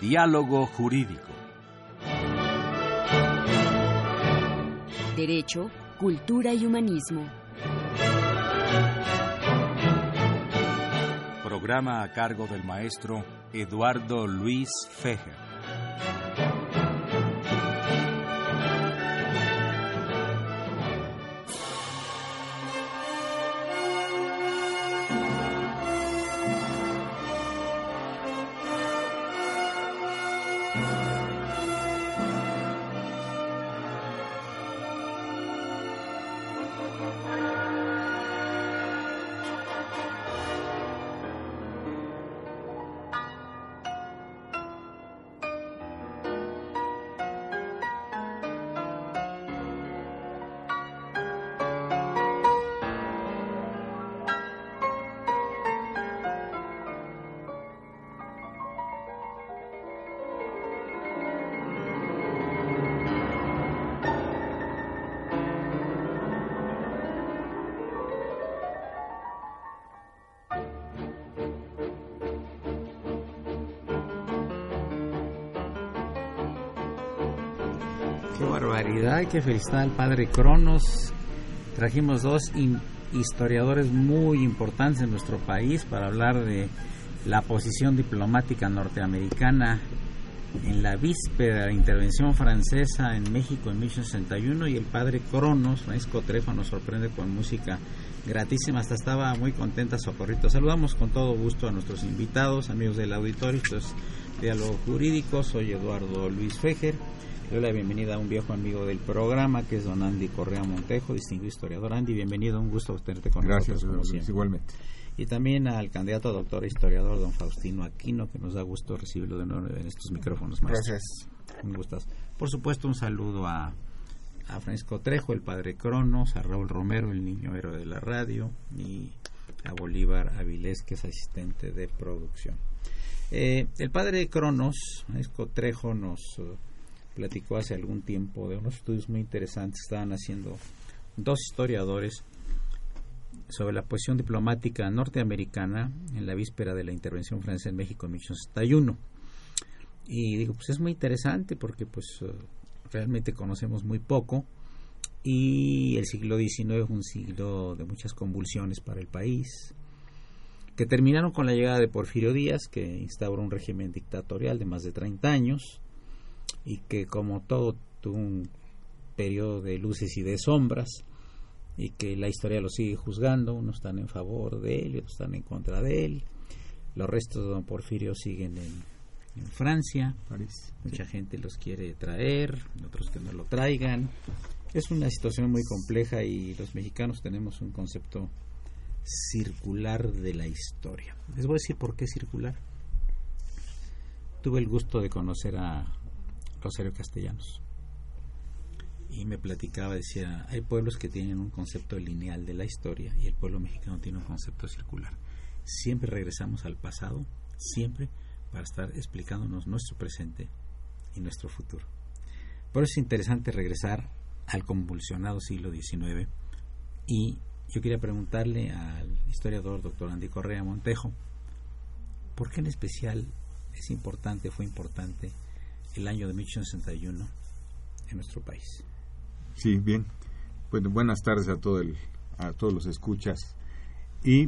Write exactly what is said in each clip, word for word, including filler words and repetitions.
Diálogo Jurídico. Derecho, cultura y humanismo. Programa a cargo del maestro Eduardo Luis Fejer. Qué barbaridad, hay que felicitar al padre Cronos. Trajimos dos in- historiadores muy importantes en nuestro país para hablar de la posición diplomática norteamericana en la víspera de la intervención francesa en México en mil ochocientos sesenta y uno, y el padre Cronos, Francisco Trejo, nos sorprende con música gratísima. Hasta estaba muy contenta Socorrito. Saludamos con todo gusto a nuestros invitados, amigos del auditorio. Esto es Diálogo Jurídico. Soy Eduardo Luis Fejer. Le doy la bienvenida a un viejo amigo del programa, que es don Andy Correa Montejo, distinguido historiador. Andy, bienvenido, un gusto tenerte con Gracias, nosotros. Gracias, Luis, igualmente. Y también al candidato a doctor historiador, don Faustino Aquino, que nos da gusto recibirlo de nuevo en estos micrófonos. Maestro. Gracias. Un gustazo. Por supuesto, un saludo a, a Francisco Trejo, el padre Cronos, a Raúl Romero, el niño héroe de la radio, y a Bolívar Avilés, que es asistente de producción. Eh, el padre Cronos, Francisco Trejo, nos uh, platicó hace algún tiempo de unos estudios muy interesantes que estaban haciendo dos historiadores sobre la posición diplomática norteamericana en la víspera de la intervención francesa en México en mil ochocientos sesenta y uno. Y digo, pues es muy interesante porque pues uh, realmente conocemos muy poco, y el siglo diecinueve fue un siglo de muchas convulsiones para el país, que terminaron con la llegada de Porfirio Díaz, que instauró un régimen dictatorial de más de treinta años, y que como todo tuvo un periodo de luces y de sombras, y que la historia lo sigue juzgando. Unos están en favor de él y otros están en contra de él. Los restos de don Porfirio siguen en, en Francia. París. Mucha Sí. gente los quiere traer, otros que no lo traigan. Es una situación muy compleja, y los mexicanos tenemos un concepto circular de la historia. Les voy a decir por qué circular. Tuve el gusto de conocer a Rosario Castellanos, y me platicaba, decía, hay pueblos que tienen un concepto lineal de la historia, y el pueblo mexicano tiene un concepto circular. Siempre regresamos al pasado, siempre, para estar explicándonos nuestro presente y nuestro futuro. Por eso es interesante regresar al convulsionado siglo diecinueve, y yo quería preguntarle al historiador doctor Andy Correa Montejo, ¿por qué en especial es importante, fue importante el año de mil ochocientos sesenta y uno en nuestro país? Sí, bien. Bueno, buenas tardes a todo el, a todos los escuchas. Y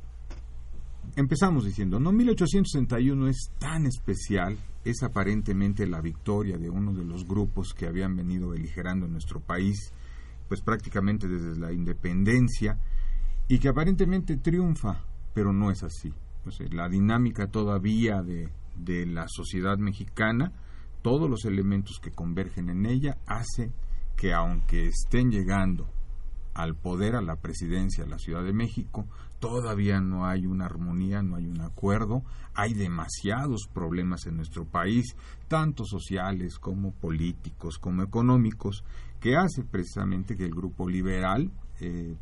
empezamos diciendo, no, mil ochocientos sesenta y uno es tan especial, es aparentemente la victoria de uno de los grupos que habían venido beligerando en nuestro país, pues prácticamente desde la independencia, y que aparentemente triunfa, pero no es así. Pues la dinámica todavía de, de la sociedad mexicana, todos los elementos que convergen en ella, hace que aunque estén llegando al poder, a la presidencia de la Ciudad de México, todavía no hay una armonía, no hay un acuerdo, hay demasiados problemas en nuestro país, tanto sociales como políticos, como económicos, que hace precisamente que el grupo liberal eh,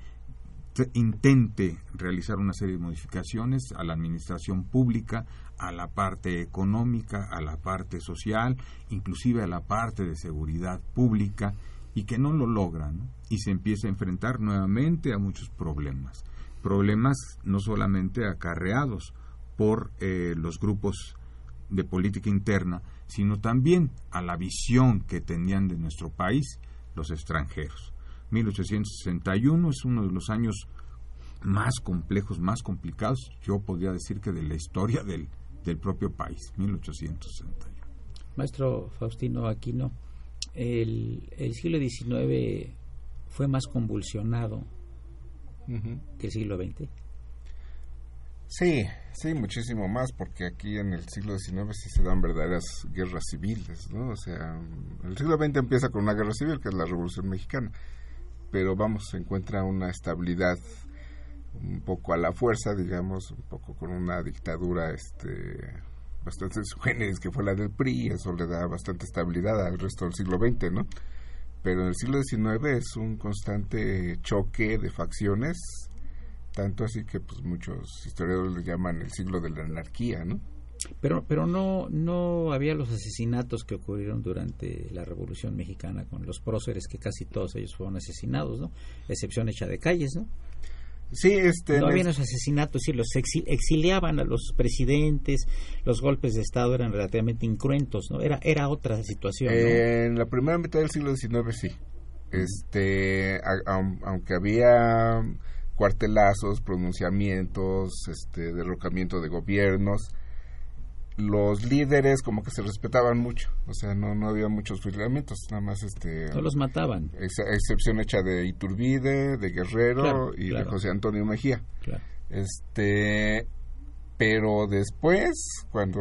intente realizar una serie de modificaciones a la administración pública, a la parte económica, a la parte social, inclusive a la parte de seguridad pública, y que no lo logran, ¿no? Y se empieza a enfrentar nuevamente a muchos problemas. Problemas no solamente acarreados por eh, los grupos de política interna, sino también a la visión que tenían de nuestro país los extranjeros. mil ochocientos sesenta y uno es uno de los años más complejos, más complicados, yo podría decir que de la historia del, del propio país, mil ochocientos sesenta y uno. Maestro Faustino Aquino, el, el siglo diecinueve fue más convulsionado uh-huh. que el siglo veinte. Sí, sí, muchísimo más, porque aquí en el siglo diecinueve sí se dan verdaderas guerras civiles, ¿no? O sea, el siglo veinte empieza con una guerra civil, que es la Revolución Mexicana, pero vamos, se encuentra una estabilidad un poco a la fuerza, digamos, un poco con una dictadura este bastante sui generis, que fue la del P R I, eso le da bastante estabilidad al resto del siglo veinte, ¿no? Pero en el siglo diecinueve es un constante choque de facciones, tanto así que pues muchos historiadores le llaman el siglo de la anarquía, ¿no? Pero pero no no había los asesinatos que ocurrieron durante la Revolución Mexicana con los próceres, que casi todos ellos fueron asesinados, ¿no? Excepción hecha de Calles, ¿no? Sí, este... No había los asesinatos, sí, los exi- exiliaban a los presidentes, los golpes de Estado eran relativamente incruentos, ¿no? Era era otra situación, ¿no? Eh, en la primera mitad del siglo diecinueve sí. Este, a, a, aunque había cuartelazos, pronunciamientos, este, derrocamiento de gobiernos, los líderes como que se respetaban mucho, o sea, no no había muchos fusilamientos, nada más este no los mataban, ex, excepción hecha de Iturbide, de Guerrero, claro, y claro. de José Antonio Mejía, claro. este pero después cuando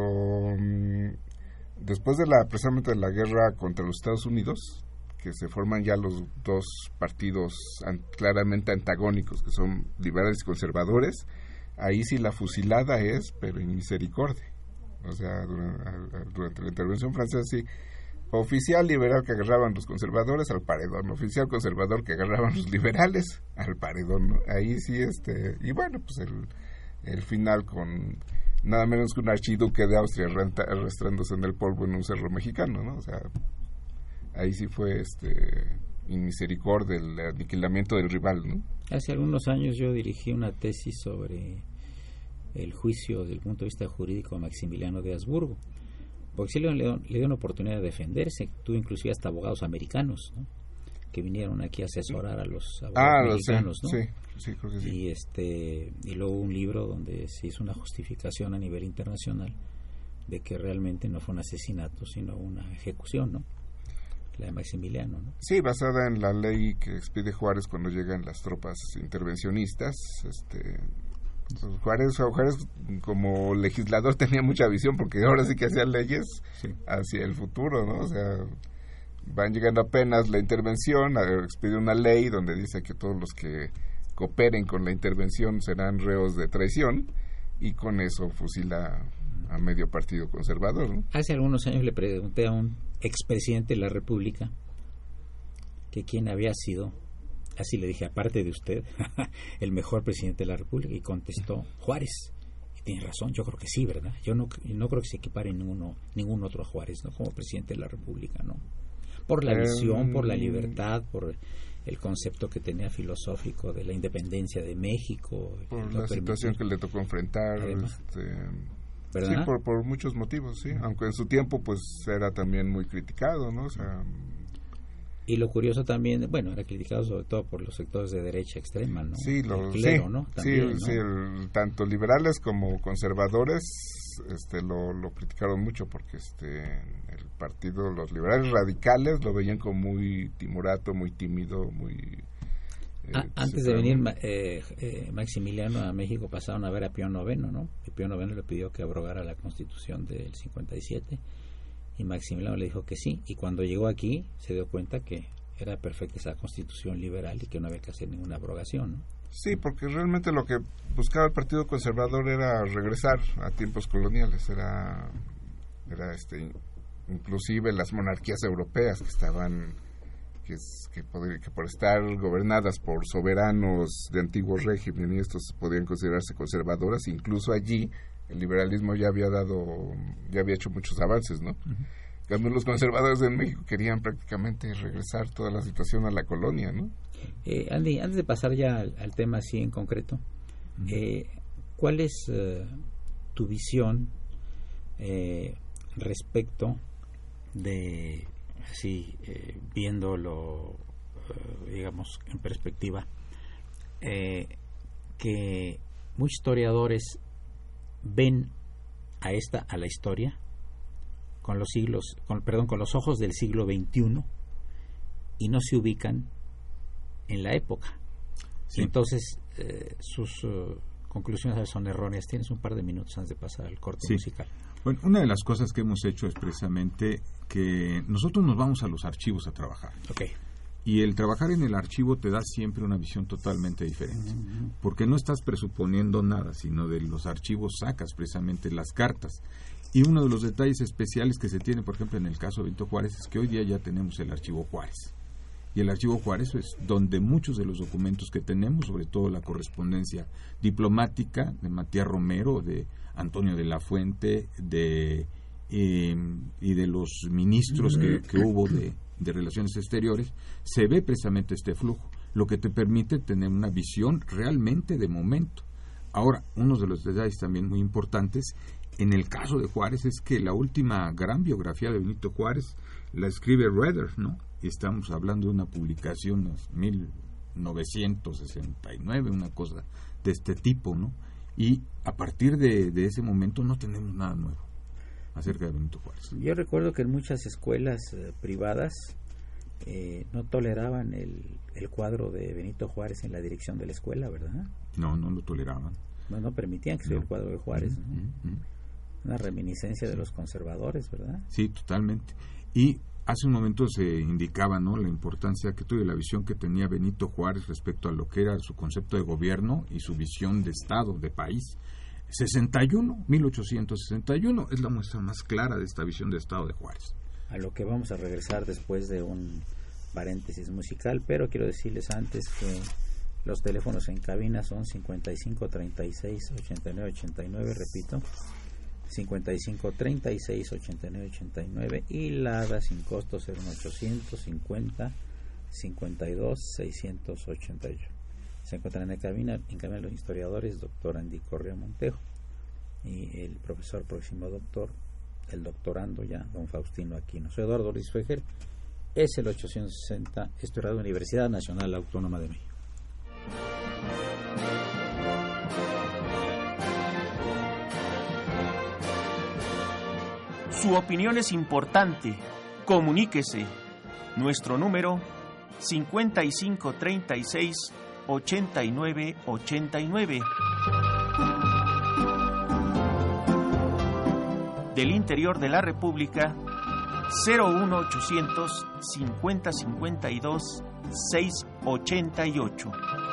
después de la precisamente de la guerra contra los Estados Unidos, que se forman ya los dos partidos an, claramente antagónicos, que son liberales y conservadores, ahí sí la fusilada es pero en misericordia. O sea, durante, durante la intervención francesa, sí, oficial liberal que agarraban los conservadores al paredón, oficial conservador que agarraban los liberales al paredón, ¿no? Ahí sí, este, y bueno, pues el, el final con nada menos que un archiduque de Austria arrastrándose en el polvo en un cerro mexicano, ¿no? O sea, ahí sí fue, este, inmisericordia, el aniquilamiento del rival, ¿no? Hace algunos años yo dirigí una tesis sobre el juicio desde el punto de vista jurídico a Maximiliano de Habsburgo, porque sí le, le, le dio una oportunidad de defenderse, tuvo inclusive hasta abogados americanos, ¿no? Que vinieron aquí a asesorar a los abogados ah, mexicanos, sí, ¿no? Sí, sí, creo que sí. Y este y luego un libro donde se hizo una justificación a nivel internacional de que realmente no fue un asesinato, sino una ejecución, ¿no? La de Maximiliano, ¿no? Sí, basada en la ley que expide Juárez cuando llegan las tropas intervencionistas, este Juárez, Juárez como legislador tenía mucha visión, porque ahora sí que hacía leyes sí. hacia el futuro, ¿no? O sea, van llegando apenas la intervención, expide una ley donde dice que todos los que cooperen con la intervención serán reos de traición, y con eso fusila a medio partido conservador, ¿no? Hace algunos años le pregunté a un expresidente de la República que quién había sido, así le dije, aparte de usted, el mejor presidente de la República, y contestó Juárez. Y tiene razón, yo creo que sí, ¿verdad? Yo no no creo que se equipare ninguno, ningún otro a Juárez, ¿no? Como presidente de la República, ¿no? Por la visión, por la libertad, por el concepto que tenía filosófico de la independencia de México. Por la situación que le tocó enfrentar, Además, este, ¿verdad? Sí, por, por muchos motivos, sí. Aunque en su tiempo, pues, era también muy criticado, ¿no? O sea... Y lo curioso también, bueno, era criticado sobre todo por los sectores de derecha extrema, ¿no? Sí, los, el clero, sí, ¿no? También, sí, ¿no? sí el, tanto liberales como conservadores este, lo, lo criticaron mucho, porque este el partido, los liberales radicales lo veían como muy timorato, muy tímido, muy... Eh, ah, antes de venir eh, eh, Maximiliano a México pasaron a ver a Pío noveno, ¿no? Y Pío noveno le pidió que abrogara la Constitución del cincuenta y siete. Y Maximiliano le dijo que sí, y cuando llegó aquí se dio cuenta que era perfecta esa constitución liberal y que no había que hacer ninguna abrogación, ¿no? Sí, porque realmente lo que buscaba el Partido Conservador era regresar a tiempos coloniales, era era este inclusive las monarquías europeas que estaban que, es, que, poder, que por estar gobernadas por soberanos de antiguo régimen, y estos podían considerarse conservadoras, incluso allí el liberalismo ya había dado, ya había hecho muchos avances, ¿no? Uh-huh. Cuando los conservadores en México querían prácticamente regresar toda la situación a la colonia, ¿no? Eh, Andy, antes de pasar ya al, al tema así en concreto, uh-huh. eh, ¿cuál es uh, tu visión eh, respecto de, así, eh, viéndolo, eh, digamos, en perspectiva, eh, que muchos historiadores ven a esta, a la historia, con los siglos, con, perdón, con los ojos del siglo veintiuno y no se ubican en la época. Sí. Y entonces eh, sus uh, conclusiones son erróneas. Tienes un par de minutos antes de pasar al corte sí. musical. Bueno, una de las cosas que hemos hecho es precisamente que nosotros nos vamos a los archivos a trabajar. Okay. Y el trabajar en el archivo te da siempre una visión totalmente diferente, uh-huh. porque no estás presuponiendo nada, sino de los archivos sacas precisamente las cartas. Y uno de los detalles especiales que se tiene, por ejemplo, en el caso de Benito Juárez, es que hoy día ya tenemos el archivo Juárez. Y el archivo Juárez es donde muchos de los documentos que tenemos, sobre todo la correspondencia diplomática de Matías Romero, de Antonio de la Fuente, de eh, y de los ministros que, que hubo de, de Relaciones Exteriores, se ve precisamente este flujo, lo que te permite tener una visión realmente de momento. Ahora, uno de los detalles también muy importantes en el caso de Juárez es que la última gran biografía de Benito Juárez la escribe Raeder, ¿no? Y estamos hablando de una publicación en mil novecientos sesenta y nueve, una cosa de este tipo, ¿no? Y a partir de, de ese momento no tenemos nada nuevo acerca de Benito Juárez. Yo recuerdo que en muchas escuelas eh, privadas eh, no toleraban el, el cuadro de Benito Juárez en la dirección de la escuela, ¿verdad? No, no lo toleraban. No, no permitían que se no. el cuadro de Juárez, ¿no? Uh-huh, uh-huh. Una reminiscencia de los conservadores, ¿verdad? Sí, totalmente. Y hace un momento se indicaba, ¿no?, la importancia que tuvo, la visión que tenía Benito Juárez respecto a lo que era su concepto de gobierno y su visión de Estado, de país. sesenta y uno, mil ochocientos sesenta y uno es la muestra más clara de esta visión de Estado de Juárez. A lo que vamos a regresar después de un paréntesis musical, pero quiero decirles antes que los teléfonos en cabina son cincuenta y cinco treinta y seis ochenta y nueve ochenta y nueve, repito, cincuenta y cinco treinta y seis ochenta y nueve ochenta y nueve, y la A D A sin costo cero uno ochocientos cincuenta cincuenta y dos seiscientos ochenta y ocho. Se encuentran en la cabina, en cabina los historiadores doctor Andy Correa Montejo y el profesor próximo doctor, el doctorando ya, don Faustino Aquino. Soy Eduardo Luis Fejer, es el ochocientos sesenta, historiador de la Universidad Nacional Autónoma de México. Su opinión es importante. Comuníquese. Nuestro número cincuenta y cinco treinta y seis ochenta y nueve ochenta y nueve. Del interior de la República cero uno ochocientos cincuenta cincuenta y dos seiscientos ochenta y ocho.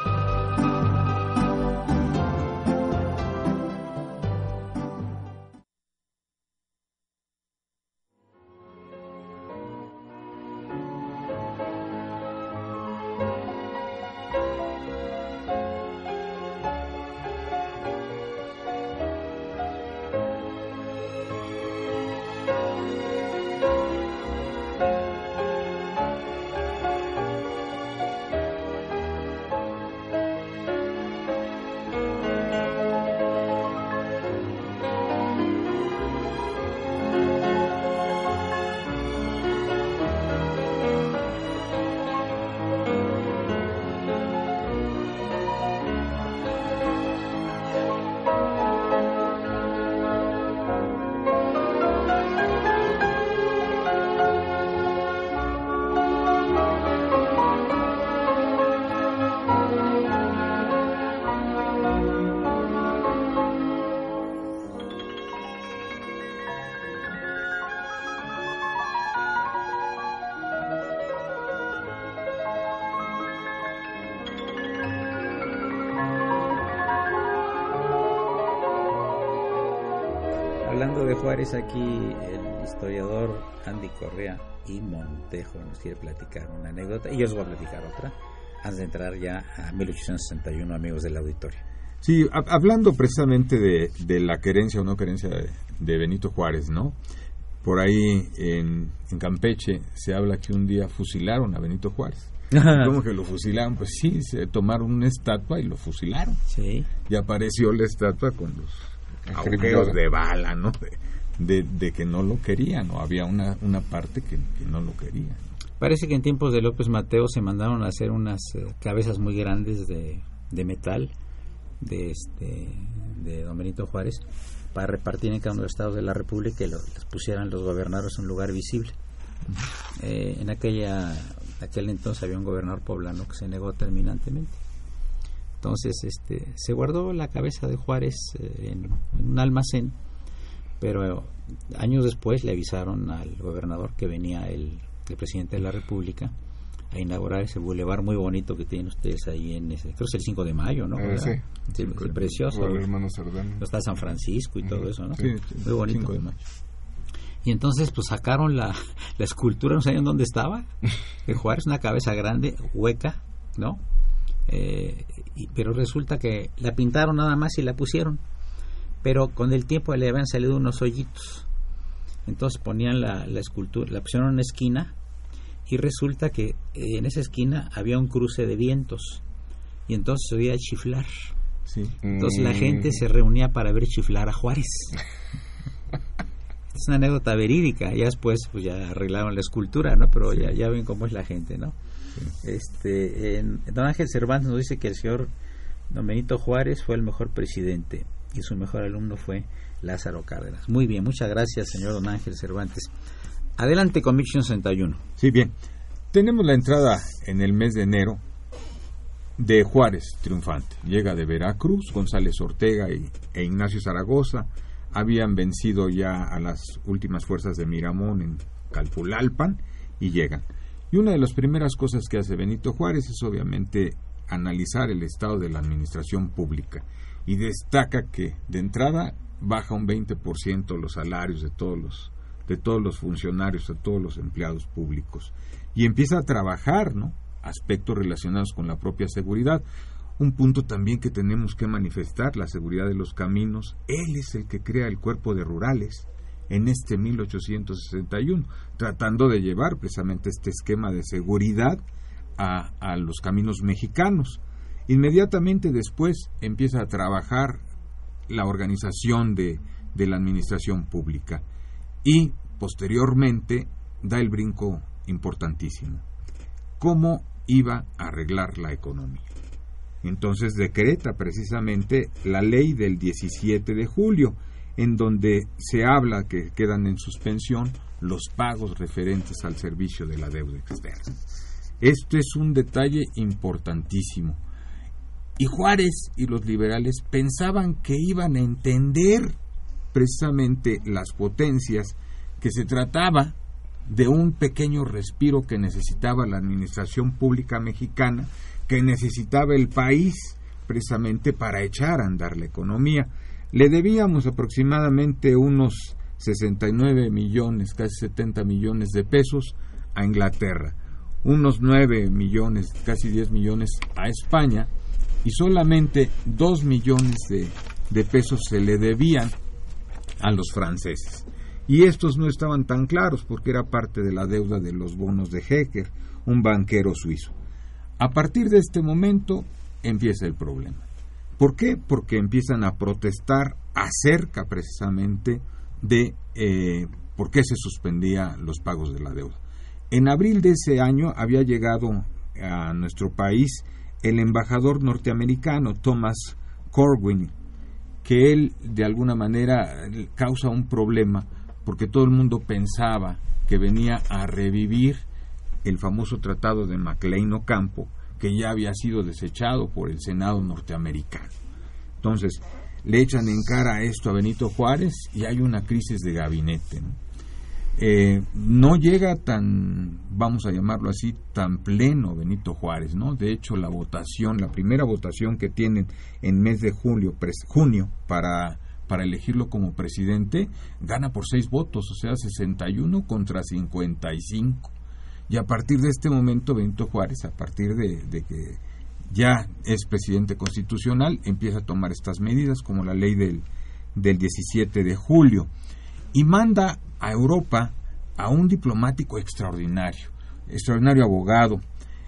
Hablando de Juárez, aquí el historiador Andy Correa y Montejo nos quiere platicar una anécdota, y yo os voy a platicar otra, antes de entrar ya a mil ochocientos sesenta y uno, amigos del auditorio. Sí, a, hablando precisamente de, de la querencia o no querencia de, de Benito Juárez, ¿no? Por ahí en, en Campeche se habla que un día fusilaron a Benito Juárez. ¿Cómo que lo fusilaron? Pues sí, se tomaron una estatua y lo fusilaron. Sí. Y apareció la estatua con los agujeros de bala, ¿no? de, de que no lo querían, o había una, una parte que, que no lo quería. Parece que en tiempos de López Mateos se mandaron a hacer unas eh, cabezas muy grandes de, de metal de este de don Benito Juárez para repartir en cada uno de los estados de la República y lo, les pusieran los gobernadores en un lugar visible. Uh-huh. Eh, en aquella aquel entonces había un gobernador poblano que se negó terminantemente. Entonces este se guardó la cabeza de Juárez eh, en, en un almacén, pero eh, años después le avisaron al gobernador que venía el el presidente de la República a inaugurar ese bulevar muy bonito que tienen ustedes ahí en ese, creo que es el cinco de mayo, ¿no? Eh, sí, sí, es precioso. El hermano Cerdán. Está San Francisco y uh-huh. todo eso, ¿no? Sí, sí, muy bonito. cinco de mayo. Y entonces pues sacaron la, la escultura, no sabían dónde estaba, de Juárez, una cabeza grande, hueca, ¿no? Eh, y, pero resulta que la pintaron nada más y la pusieron, pero con el tiempo le habían salido unos hoyitos. Entonces ponían la, la escultura, la pusieron en una esquina y resulta que eh, en esa esquina había un cruce de vientos y entonces se oía chiflar. Sí. Entonces la gente se reunía para ver chiflar a Juárez. Es una anécdota verídica. Ya después pues ya arreglaron la escultura, ¿no? Pero sí. ya, ya ven cómo es la gente, ¿no? Sí. Este, en, don Ángel Cervantes nos dice que el señor don Benito Juárez fue el mejor presidente y su mejor alumno fue Lázaro Cárdenas. Muy bien, muchas gracias, señor don Ángel Cervantes. Adelante con mil ochocientos sesenta y uno. Sí, bien. Tenemos la entrada en el mes de enero de Juárez triunfante. Llega de Veracruz, González Ortega y, e Ignacio Zaragoza habían vencido ya a las últimas fuerzas de Miramón en Calpulalpan y llegan. Y una de las primeras cosas que hace Benito Juárez es obviamente analizar el estado de la administración pública y destaca que de entrada baja un veinte por ciento los salarios de todos los de todos los funcionarios, de todos los empleados públicos, y empieza a trabajar, ¿no?, aspectos relacionados con la propia seguridad. Un punto también que tenemos que manifestar, la seguridad de los caminos. Él es el que crea el cuerpo de rurales en este mil ochocientos sesenta y uno, tratando de llevar precisamente este esquema de seguridad a, a los caminos mexicanos. Inmediatamente después empieza a trabajar la organización de, de la administración pública y posteriormente da el brinco importantísimo: cómo iba a arreglar la economía. Entonces decreta precisamente la ley del diecisiete de julio, en donde se habla que quedan en suspensión los pagos referentes al servicio de la deuda externa. Este es un detalle importantísimo. Y Juárez y los liberales pensaban que iban a entender precisamente las potencias que se trataba de un pequeño respiro que necesitaba la administración pública mexicana, que necesitaba el país precisamente para echar a andar la economía. Le debíamos aproximadamente unos sesenta y nueve millones, casi setenta millones de pesos a Inglaterra, unos nueve millones, casi diez millones a España, y solamente dos millones de, de pesos se le debían a los franceses. Y estos no estaban tan claros porque era parte de la deuda de los bonos de Hecker, un banquero suizo. A partir de este momento empieza el problema. ¿Por qué? Porque empiezan a protestar acerca precisamente de eh, por qué se suspendían los pagos de la deuda. En abril de ese año había llegado a nuestro país el embajador norteamericano Thomas Corwin, que él de alguna manera causa un problema porque todo el mundo pensaba que venía a revivir el famoso tratado de Maclean Ocampo, que ya había sido desechado por el Senado norteamericano. Entonces, le echan en cara esto a Benito Juárez y hay una crisis de gabinete, ¿no? Eh, no llega tan, vamos a llamarlo así, tan pleno Benito Juárez, ¿no? De hecho, la votación, la primera votación que tienen en mes de julio, pres, junio para, para elegirlo como presidente, gana por seis votos, o sea, sesenta y uno contra cincuenta y cinco. Y a partir de este momento, Benito Juárez, a partir de, de que ya es presidente constitucional, empieza a tomar estas medidas, como la ley del, del diecisiete de julio, y manda a Europa a un diplomático extraordinario, extraordinario abogado.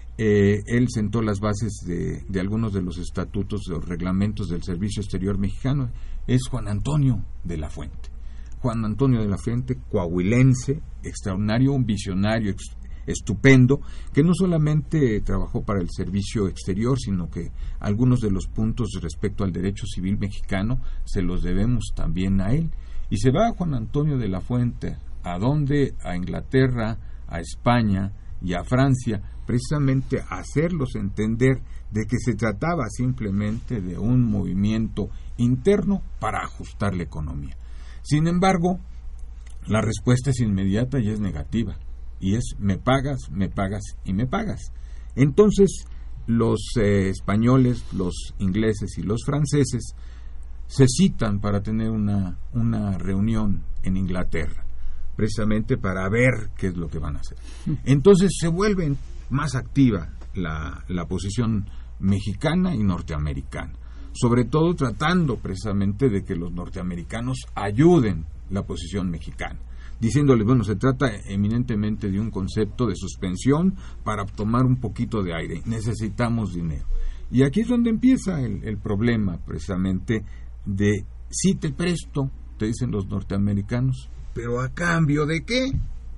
Eh, él sentó las bases de, de algunos de los estatutos, de los reglamentos del Servicio Exterior Mexicano. Es Juan Antonio de la Fuente. Juan Antonio de la Fuente, coahuilense, extraordinario, un visionario ex, estupendo, que no solamente trabajó para el servicio exterior, sino que algunos de los puntos respecto al derecho civil mexicano se los debemos también a él. Y se va Juan Antonio de la Fuente, ¿a dónde? A Inglaterra, a España y a Francia, precisamente a hacerlos entender de que se trataba simplemente de un movimiento interno para ajustar la economía. Sin embargo, la respuesta es inmediata y es negativa, y es me pagas, me pagas y me pagas. Entonces, los eh, españoles, los ingleses y los franceses se citan para tener una, una reunión en Inglaterra, precisamente para ver qué es lo que van a hacer. Entonces se vuelve más activa la, la posición mexicana y norteamericana, sobre todo tratando precisamente de que los norteamericanos ayuden la posición mexicana, diciéndoles, bueno, se trata eminentemente de un concepto de suspensión para tomar un poquito de aire, necesitamos dinero. Y aquí es donde empieza el, el problema, precisamente, de si te presto, te dicen los norteamericanos, pero ¿a cambio de qué?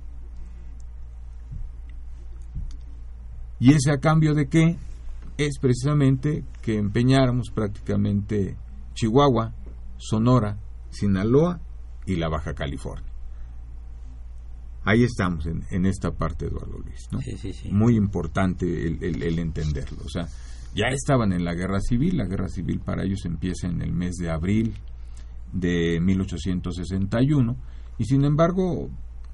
Y ese a cambio de qué es precisamente que empeñáramos prácticamente Chihuahua, Sonora, Sinaloa y la Baja California. Ahí estamos en, en esta parte, Eduardo Luis, ¿no? Sí, sí, sí. Muy importante el, el, el entenderlo. O sea, ya estaban en la guerra civil. La guerra civil para ellos empieza en el mes de abril de mil ochocientos sesenta y uno, y sin embargo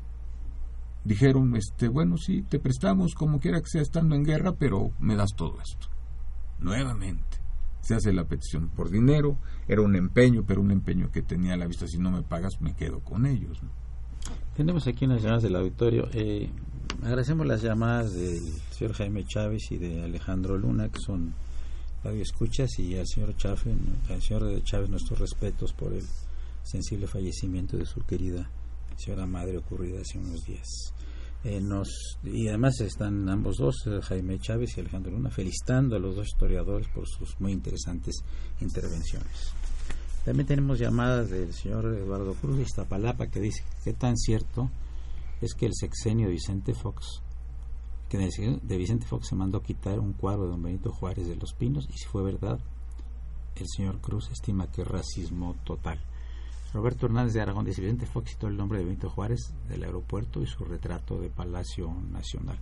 dijeron, este, bueno, sí, te prestamos como quiera que sea estando en guerra, pero me das todo esto. Nuevamente se hace la petición por dinero. Era un empeño, pero un empeño que tenía a la vista, si no me pagas me quedo con ellos, ¿no? Tenemos aquí unas llamadas del auditorio. Eh, agradecemos las llamadas del señor Jaime Chávez y de Alejandro Luna, que son radioescuchas, y al señor Chávez, al señor Chávez nuestros respetos por el sensible fallecimiento de su querida señora madre ocurrida hace unos días. Eh, nos y además están ambos dos, Jaime Chávez y Alejandro Luna, felicitando a los dos historiadores por sus muy interesantes intervenciones. También tenemos llamadas del señor Eduardo Cruz de Iztapalapa, que dice qué tan cierto es que el sexenio de Vicente Fox, que de Vicente Fox se mandó quitar un cuadro de don Benito Juárez de Los Pinos, y si fue verdad, el señor Cruz estima que es racismo total. Roberto Hernández de Aragón dice, Vicente Fox citó el nombre de Benito Juárez del aeropuerto y su retrato de Palacio Nacional.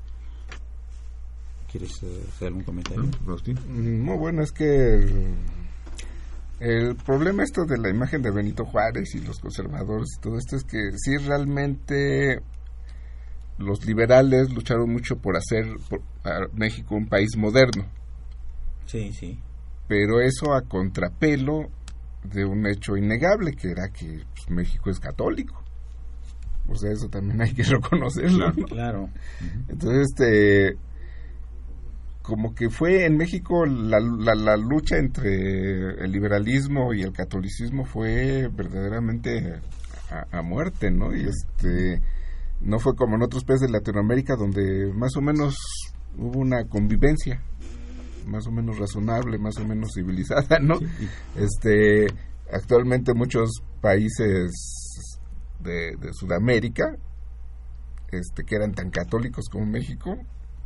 ¿Quieres uh, hacer algún comentario? No, bueno, es que el, el problema esto de la imagen de Benito Juárez y los conservadores y todo esto es que sí, realmente los liberales lucharon mucho por hacer por, a México un país moderno. Sí, sí. Pero eso a contrapelo de un hecho innegable, que era que pues, México es católico. O sea, eso también hay que reconocerlo, ¿no? Claro. Entonces, este, como que fue en México la, la, la lucha entre el liberalismo y el catolicismo fue verdaderamente a, a muerte, ¿no? Y este, no fue como en otros países de Latinoamérica, donde más o menos hubo una convivencia más o menos razonable, más o menos civilizada, ¿no? Sí. Este, actualmente muchos países de, de Sudamérica, este, que eran tan católicos como México,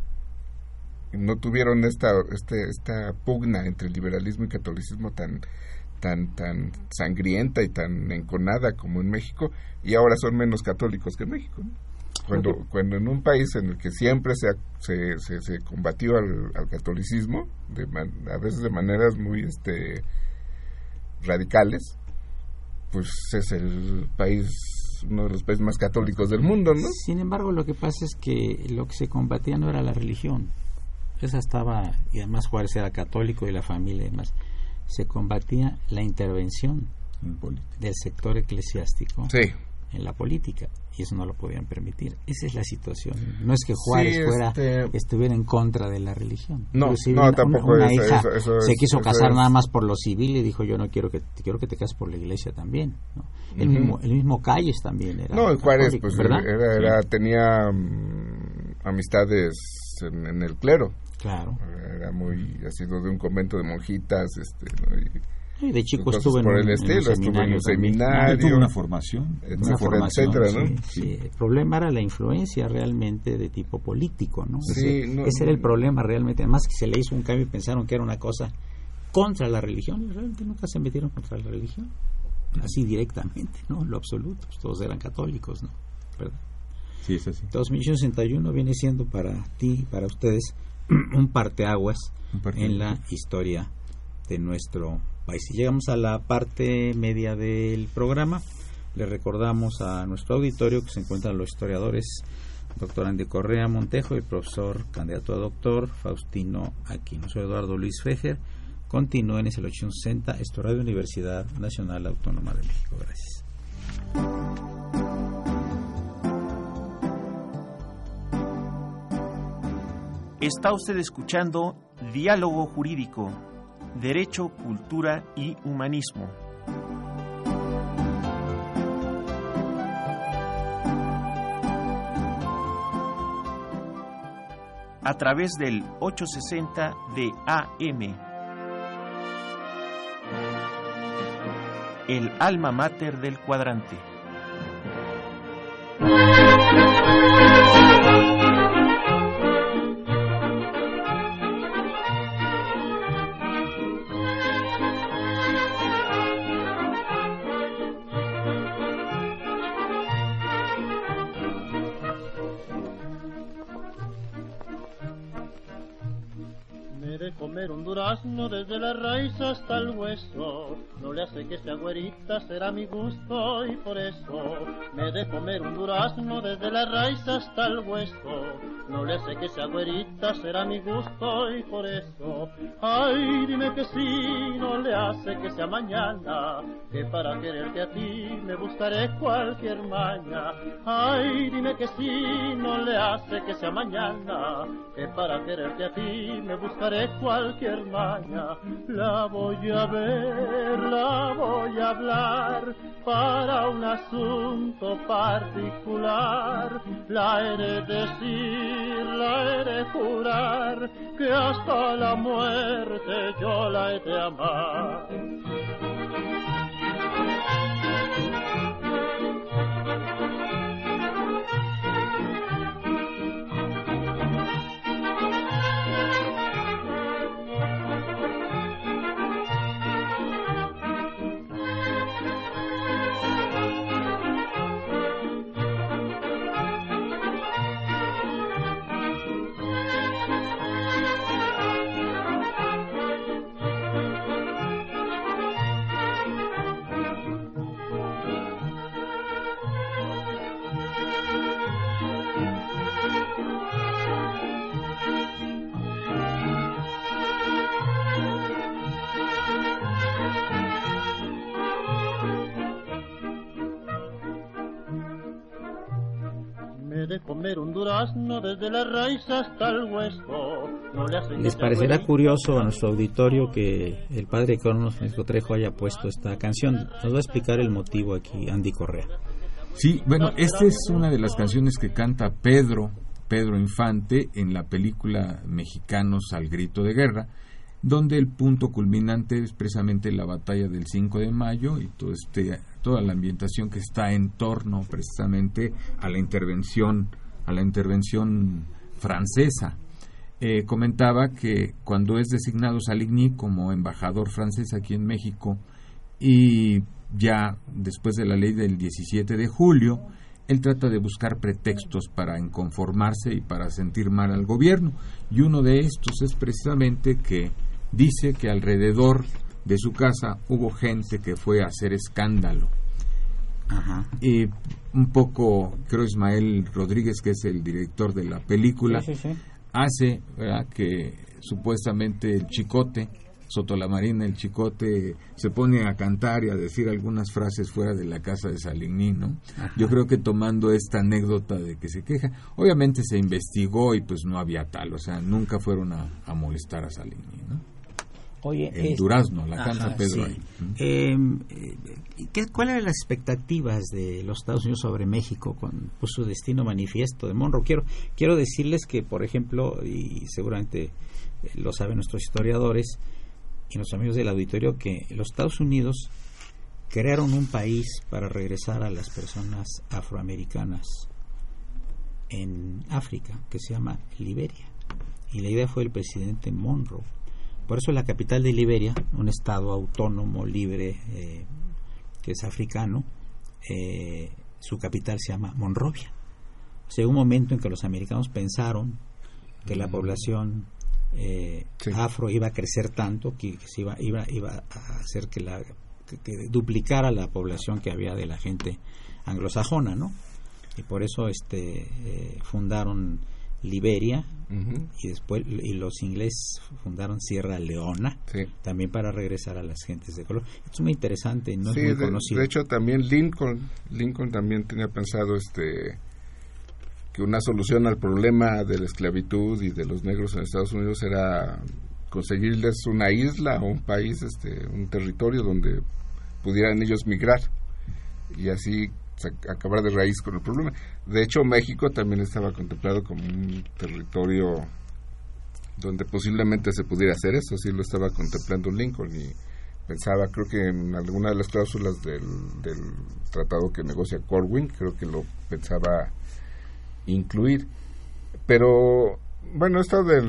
no tuvieron esta, este, esta pugna entre liberalismo y catolicismo tan, tan, tan sangrienta y tan enconada como en México, y ahora son menos católicos que en México, ¿no? Cuando, cuando en un país en el que siempre se, se, se, se combatió al, al catolicismo, de man, a veces de maneras muy este radicales, pues es el país, uno de los países más católicos del mundo, ¿no? Sin embargo, lo que pasa es que lo que se combatía no era la religión. Esa estaba, y además Juárez era católico y la familia y demás. Se combatía la intervención del sector eclesiástico. Sí. En la política, y eso no lo podían permitir. Esa es la situación. No es que Juárez sí, fuera este... estuviera en contra de la religión. No, no tampoco una, una eso, hija eso, eso se es, quiso eso casar es... nada más por lo civil y dijo, yo no quiero que quiero que te cases por la iglesia también, ¿no? El uh-huh. mismo el mismo Calles también era. No, Juárez pues ¿verdad? era, era sí. tenía um, amistades en, en el clero. Claro. Era muy ha sido de un convento de monjitas, este, ¿no? Y, Y de chico cosas estuve en por un, el estilo, en un estuve en un seminario, Tuvo una formación. una formación, etcétera, sí, ¿no? sí. El problema era la influencia realmente de tipo político, ¿no? Sí, ese, no, ese era el problema realmente. Además que se le hizo un cambio y pensaron que era una cosa contra la religión, y realmente nunca se metieron contra la religión, así directamente, ¿no? En lo absoluto, pues todos eran católicos, ¿no? ¿Verdad? Sí, es así. Entonces, mil ochocientos sesenta y uno viene siendo para ti, para ustedes, un parteaguas Un parteaguas. en la historia de nuestro país. Y llegamos a la parte media del programa. Le recordamos a nuestro auditorio que se encuentran los historiadores doctor Andy Correa Montejo y el profesor candidato a doctor Faustino Aquino. Soy Eduardo Luis Fejer. Continúen, es el ochocientos sesenta, esto Radio Universidad Nacional Autónoma de México. Gracias. Está usted escuchando Diálogo Jurídico, Derecho, Cultura y Humanismo. A través del ochocientos sesenta de A M. El alma mater del cuadrante. Comer un durazno desde la raíz hasta el hueso, no le hace que sea güerita, será mi gusto y por eso me he de comer un durazno desde la raíz hasta el hueso, no le hace que sea güerita, será mi gusto y por eso, ay, dime que sí, no le hace que sea mañana, que para quererte a ti me buscaré cualquier maña, ay, dime que sí, no le hace que sea mañana, que para quererte a ti me buscaré cualquier maña, la voy a ver, la voy a hablar para un asunto particular, la he de decir, la he de jurar, que hasta la muerte yo la he de amar. De comer un durazno desde la raíz hasta el hueso. No le hace. Les parecerá curioso a nuestro auditorio que el padre Cronos Francisco Trejo haya puesto esta canción. Nos va a explicar el motivo aquí Andy Correa. Sí, bueno, esta es una de las canciones que canta Pedro, Pedro Infante en la película Mexicanos al Grito de Guerra, donde el punto culminante es precisamente la batalla del cinco de mayo y todo este, toda la ambientación que está en torno precisamente a la intervención, a la intervención francesa. Eh, comentaba que cuando es designado Saligny como embajador francés aquí en México y ya después de la ley del diecisiete de julio, él trata de buscar pretextos para inconformarse y para sentir mal al gobierno, y uno de estos es precisamente que dice que alrededor de su casa hubo gente que fue a hacer escándalo. Ajá. Y un poco, creo Ismael Rodríguez, que es el director de la película, sí, sí, sí. hace, ¿verdad?, que supuestamente el Chicote, Soto la Marina, el Chicote, se pone a cantar y a decir algunas frases fuera de la casa de Saligny, ¿no? Ajá. Yo creo que tomando esta anécdota de que se queja, obviamente se investigó y pues no había tal, o sea, nunca fueron a, a molestar a Saligny, ¿no? Oye, el es... durazno, la canta Ajá, Pedro sí. ahí. Eh, eh, ¿qué, ¿Cuáles eran las expectativas de los Estados Unidos sobre México con pues, su destino manifiesto de Monroe? Quiero, quiero decirles que, por ejemplo, y seguramente lo saben nuestros historiadores, y los amigos del auditorio que los Estados Unidos crearon un país para regresar a las personas afroamericanas en África, que se llama Liberia, y la idea fue el presidente Monroe. Por eso la capital de Liberia, un estado autónomo, libre, eh, que es africano, eh, su capital se llama Monrovia. O sea, un momento en que los americanos pensaron que la población eh, sí. afro iba a crecer tanto que, que se iba, iba, iba a hacer que la que, que duplicara la población que había de la gente anglosajona, ¿no? Y por eso este eh, fundaron Liberia, uh-huh. y después y los ingleses fundaron Sierra Leona, sí. también para regresar a las gentes de color. Esto es muy interesante, no sí, es muy de, conocido. De hecho, también Lincoln Lincoln también tenía pensado este que una solución al problema de la esclavitud y de los negros en Estados Unidos era conseguirles una isla o un país, este, un territorio donde pudieran ellos migrar y así acabar de raíz con el problema. De hecho, México también estaba contemplado como un territorio donde posiblemente se pudiera hacer eso, así lo estaba contemplando Lincoln y pensaba, creo que en alguna de las cláusulas del, del tratado que negocia Corwin, creo que lo pensaba incluir. Pero bueno, esto de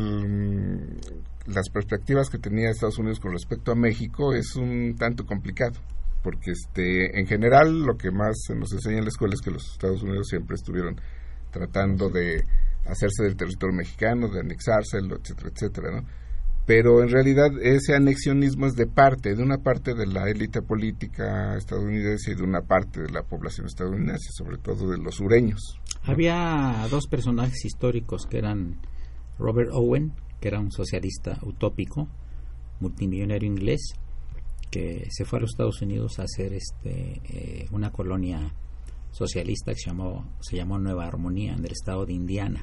las perspectivas que tenía Estados Unidos con respecto a México es un tanto complicado, porque este en general lo que más se nos enseña en la escuela es que los Estados Unidos siempre estuvieron tratando de hacerse del territorio mexicano, de anexárselo, etcétera, etcétera, ¿no? Pero en realidad ese anexionismo es de parte, de una parte de la élite política estadounidense y de una parte de la población estadounidense, sobre todo de los sureños, ¿no? Había dos personajes históricos que eran Robert Owen, que era un socialista utópico, multimillonario inglés, que se fue a los Estados Unidos a hacer este eh, una colonia socialista que se llamó, se llamó Nueva Armonía, en el estado de Indiana,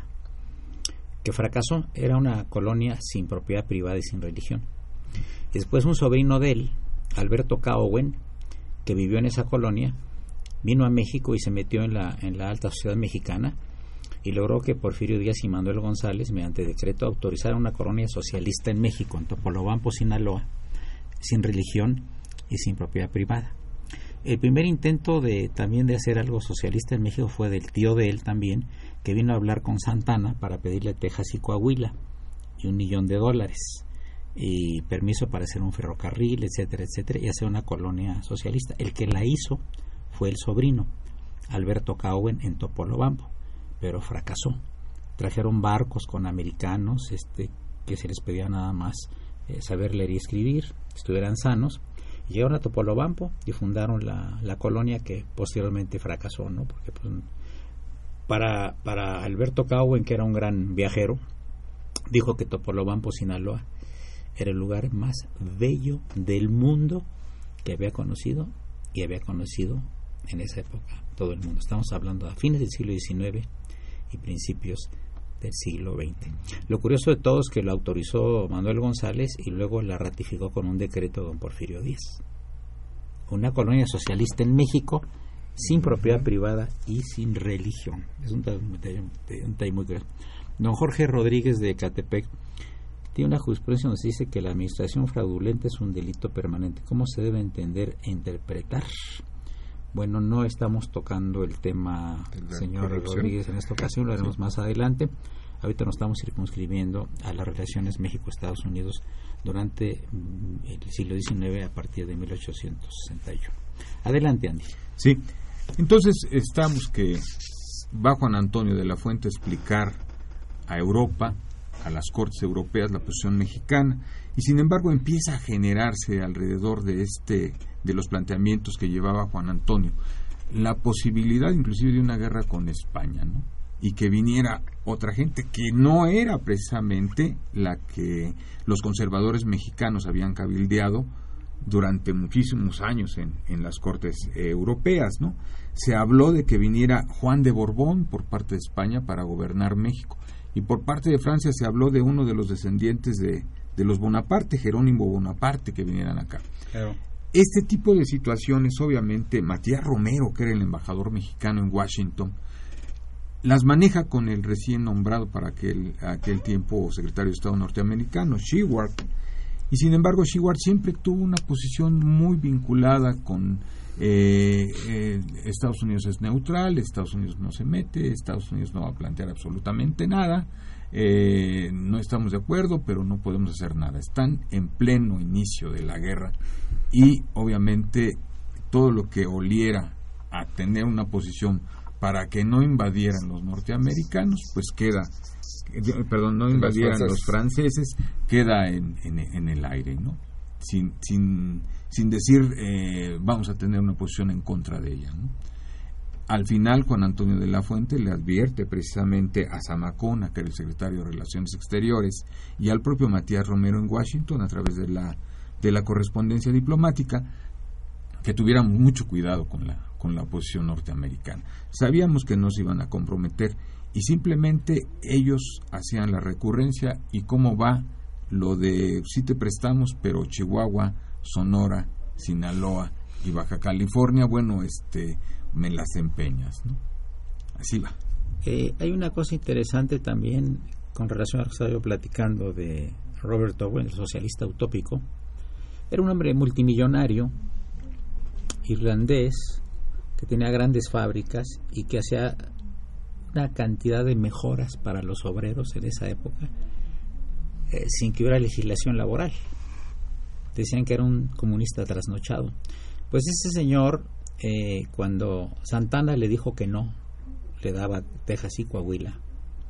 que fracasó. Era una colonia sin propiedad privada y sin religión. Y después un sobrino de él, Alberto K. Owen, que vivió en esa colonia, vino a México y se metió en la, en la alta sociedad mexicana y logró que Porfirio Díaz y Manuel González, mediante decreto, autorizaran una colonia socialista en México, en Topolobampo, Sinaloa, sin religión y sin propiedad privada. El primer intento de también de hacer algo socialista en México fue del tío de él también, que vino a hablar con Santana para pedirle Texas y Coahuila y un millón de dólares y permiso para hacer un ferrocarril, etcétera, etcétera, y hacer una colonia socialista. El que la hizo fue el sobrino, Alberto K. Owen, en Topolobampo, pero fracasó. Trajeron barcos con americanos este que se les pedía nada más eh, saber leer y escribir, estuvieran sanos. Llegaron a Topolobampo y fundaron la, la colonia que posteriormente fracasó, ¿no? Porque pues, para, para Alberto K. Owen, que era un gran viajero, dijo que Topolobampo, Sinaloa, era el lugar más bello del mundo que había conocido y había conocido en esa época todo el mundo. Estamos hablando a fines del siglo diecinueve y principios del siglo veinte. Lo curioso de todo es que lo autorizó Manuel González y luego la ratificó con un decreto don Porfirio Díaz. Una colonia socialista en México sin propiedad privada y sin religión. Es un detalle muy curioso. Don Jorge Rodríguez de Ecatepec tiene una jurisprudencia donde se dice que la administración fraudulenta es un delito permanente. ¿Cómo se debe entender e interpretar? Bueno, no estamos tocando el tema, señor Rodríguez, en esta ocasión, lo haremos sí. más adelante. Ahorita nos estamos circunscribiendo a las relaciones México-Estados Unidos durante el siglo diecinueve a partir de mil ochocientos sesenta y uno. Adelante, Andy. Sí, entonces estamos que va Juan Antonio de la Fuente a explicar a Europa, a las Cortes Europeas, la posición mexicana, y sin embargo empieza a generarse alrededor de este de los planteamientos que llevaba Juan Antonio la posibilidad inclusive de una guerra con España, ¿no? Y que viniera otra gente que no era precisamente la que los conservadores mexicanos habían cabildeado durante muchísimos años en, en las Cortes eh, Europeas, ¿no? Se habló de que viniera Juan de Borbón por parte de España para gobernar México, y por parte de Francia se habló de uno de los descendientes de, de los Bonaparte, Jerónimo Bonaparte, que vinieran acá. Claro. Este tipo de situaciones, obviamente, Matías Romero, que era el embajador mexicano en Washington, las maneja con el recién nombrado para aquel, aquel tiempo secretario de Estado norteamericano, Sheward, Y sin embargo, Sheward siempre tuvo una posición muy vinculada con eh, eh, Estados Unidos es neutral, Estados Unidos no se mete, Estados Unidos no va a plantear absolutamente nada, eh, no estamos de acuerdo, pero no podemos hacer nada. Están en pleno inicio de la guerra y obviamente todo lo que oliera a tener una posición para que no invadieran los norteamericanos, pues queda, perdón, no invadieran los franceses, queda en, en, en el aire, ¿no? Sin, sin, sin decir eh, vamos a tener una posición en contra de ella, ¿no? Al final, Juan Antonio de la Fuente le advierte precisamente a Zamacona, que era el secretario de Relaciones Exteriores, y al propio Matías Romero en Washington, a través de la, de la correspondencia diplomática, que tuvieran mucho cuidado con la, con la posición norteamericana. Sabíamos que no se iban a comprometer y simplemente ellos hacían la recurrencia. ¿Y cómo va lo de sí te prestamos, pero Chihuahua, Sonora, Sinaloa y Baja California, bueno, este me las empeñas, ¿no? Así va. Eh, hay una cosa interesante también con relación a lo que estaba yo platicando de Robert Owen, el socialista utópico. Era un hombre multimillonario, irlandés, que tenía grandes fábricas y que hacía una cantidad de mejoras para los obreros en esa época, eh, sin que hubiera legislación laboral. Decían que era un comunista trasnochado. Pues ese señor, eh, cuando Santana le dijo que no, le daba Texas y Coahuila,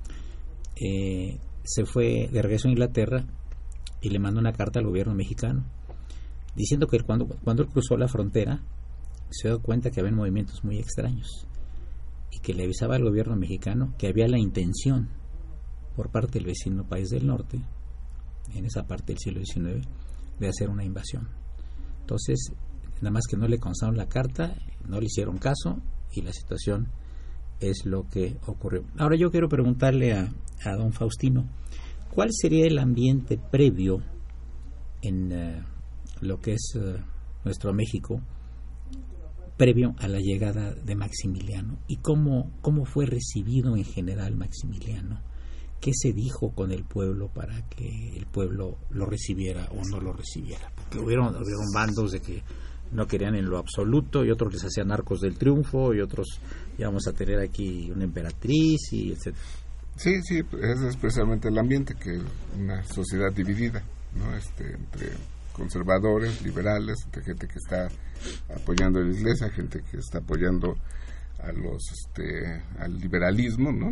eh, se fue de regreso a Inglaterra y le mandó una carta al gobierno mexicano diciendo que cuando, cuando él cruzó la frontera se dio cuenta que había movimientos muy extraños y que le avisaba al gobierno mexicano que había la intención por parte del vecino país del norte, en esa parte del siglo diecinueve, de hacer una invasión. Entonces, nada más que no le constaron la carta, no le hicieron caso y la situación es lo que ocurrió. Ahora yo quiero preguntarle a, a don Faustino, ¿cuál sería el ambiente previo en uh, lo que es uh, nuestro México, previo a la llegada de Maximiliano? ¿Y cómo, cómo fue recibido en general Maximiliano? ¿Qué se dijo con el pueblo para que el pueblo lo recibiera o no lo recibiera? Porque hubieron, hubieron bandos de que no querían en lo absoluto y otros les hacían arcos del triunfo y otros, ya vamos a tener aquí una emperatriz y etcétera. Sí, sí, ese es precisamente el ambiente, que una sociedad dividida, ¿no? Este, entre conservadores, liberales, entre gente que está apoyando a la iglesia, gente que está apoyando a los, este, al liberalismo, ¿no?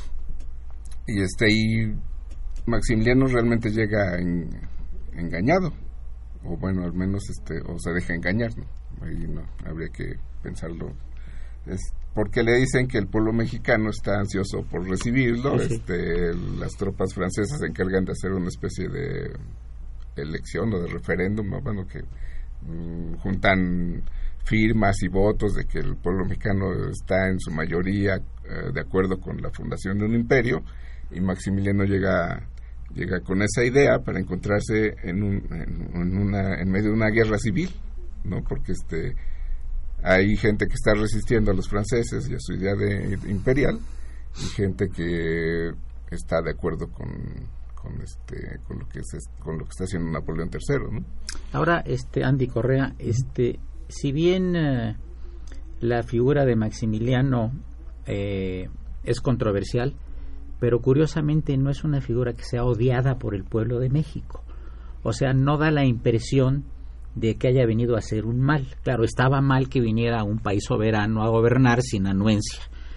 Y este y Maximiliano realmente llega en, engañado, o bueno, al menos este o se deja engañar, ¿no? Ahí no habría que pensarlo. Es porque le dicen que el pueblo mexicano está ansioso por recibirlo. Sí, sí. Este, las tropas francesas se encargan de hacer una especie de elección o de referéndum, ¿no? Bueno, que mmm, juntan firmas y votos de que el pueblo mexicano está en su mayoría eh, de acuerdo con la fundación de un imperio, y Maximiliano llega llega con esa idea para encontrarse en un en, en una en medio de una guerra civil, ¿no? Porque este hay gente que está resistiendo a los franceses y a su idea de imperial, y gente que está de acuerdo con con este con lo que es con lo que está haciendo Napoleón tercero, ¿no? Ahora, este Andy Correa, este si bien eh, la figura de Maximiliano eh, es controversial, pero curiosamente no es una figura que sea odiada por el pueblo de México. O sea, no da la impresión de que haya venido a hacer un mal. Claro, estaba mal que viniera un país soberano a gobernar sin anuencia,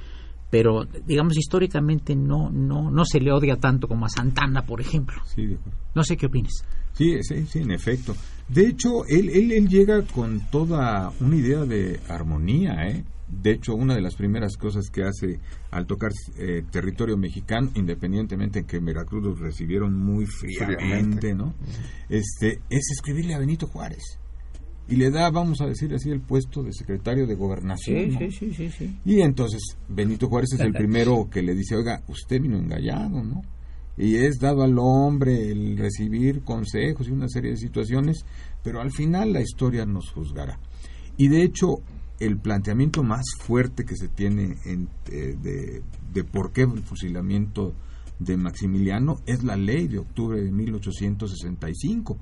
pero digamos históricamente no no no se le odia tanto como a Santana, por ejemplo. Sí, de acuerdo. No sé qué opinas. Sí, sí, sí, en efecto. De hecho, él, él, él llega con toda una idea de armonía, ¿eh? De hecho, una de las primeras cosas que hace al tocar eh, territorio mexicano, independientemente en que en Veracruz los recibieron muy fríamente, ¿no? Este, es escribirle a Benito Juárez. Y le da, vamos a decir así, el puesto de secretario de Gobernación, sí, ¿no? sí, sí, sí, sí. Y entonces Benito Juárez es el primero que le dice, oiga, usted vino engallado, ¿no? Y es dado al hombre el recibir consejos y una serie de situaciones, pero al final la historia nos juzgará. Y de hecho, el planteamiento más fuerte que se tiene en, eh, de, de por qué el fusilamiento de Maximiliano es la ley de octubre de mil ochocientos sesenta y cinco,